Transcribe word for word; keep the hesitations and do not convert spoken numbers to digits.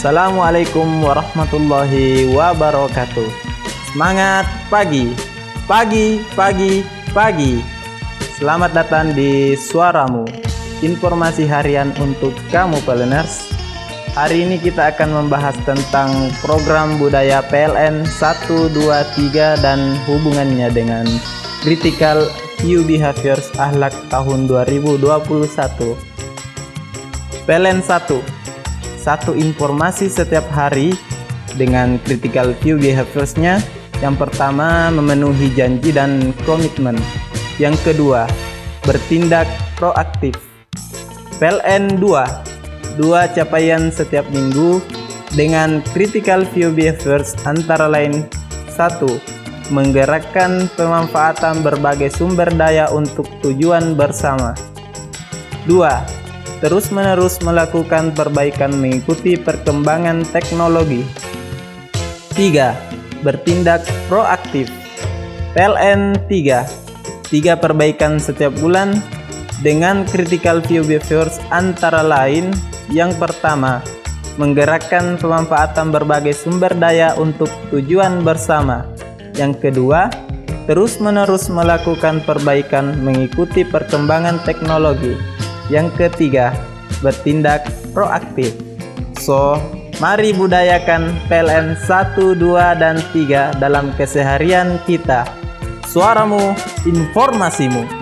Assalamualaikum warahmatullahi wabarakatuh. Semangat pagi, pagi, pagi, pagi. Selamat datang di Suaramu, informasi harian untuk kamu Peleners. Hari ini kita akan membahas tentang program budaya P L N satu, dua, tiga dan hubungannya dengan Critical View Behaviors Akhlak tahun dua ribu dua puluh satu. P L N satu, satu informasi setiap hari dengan critical view behaviors-nya. Yang pertama, memenuhi janji dan komitmen. Yang kedua, bertindak proaktif. P L N dua, dua capaian setiap minggu dengan critical view behaviors antara lain: satu, menggerakkan pemanfaatan berbagai sumber daya untuk tujuan bersama. Dua, terus-menerus melakukan perbaikan mengikuti perkembangan teknologi. Tiga, bertindak proaktif. P L N tiga, tiga perbaikan setiap bulan dengan critical view behaviors antara lain: yang pertama, menggerakkan pemanfaatan berbagai sumber daya untuk tujuan bersama. Yang kedua, terus-menerus melakukan perbaikan mengikuti perkembangan teknologi. Yang ketiga, bertindak proaktif. So, mari budayakan P L N satu, dua, dan tiga dalam keseharian kita. Suaramu, informasimu.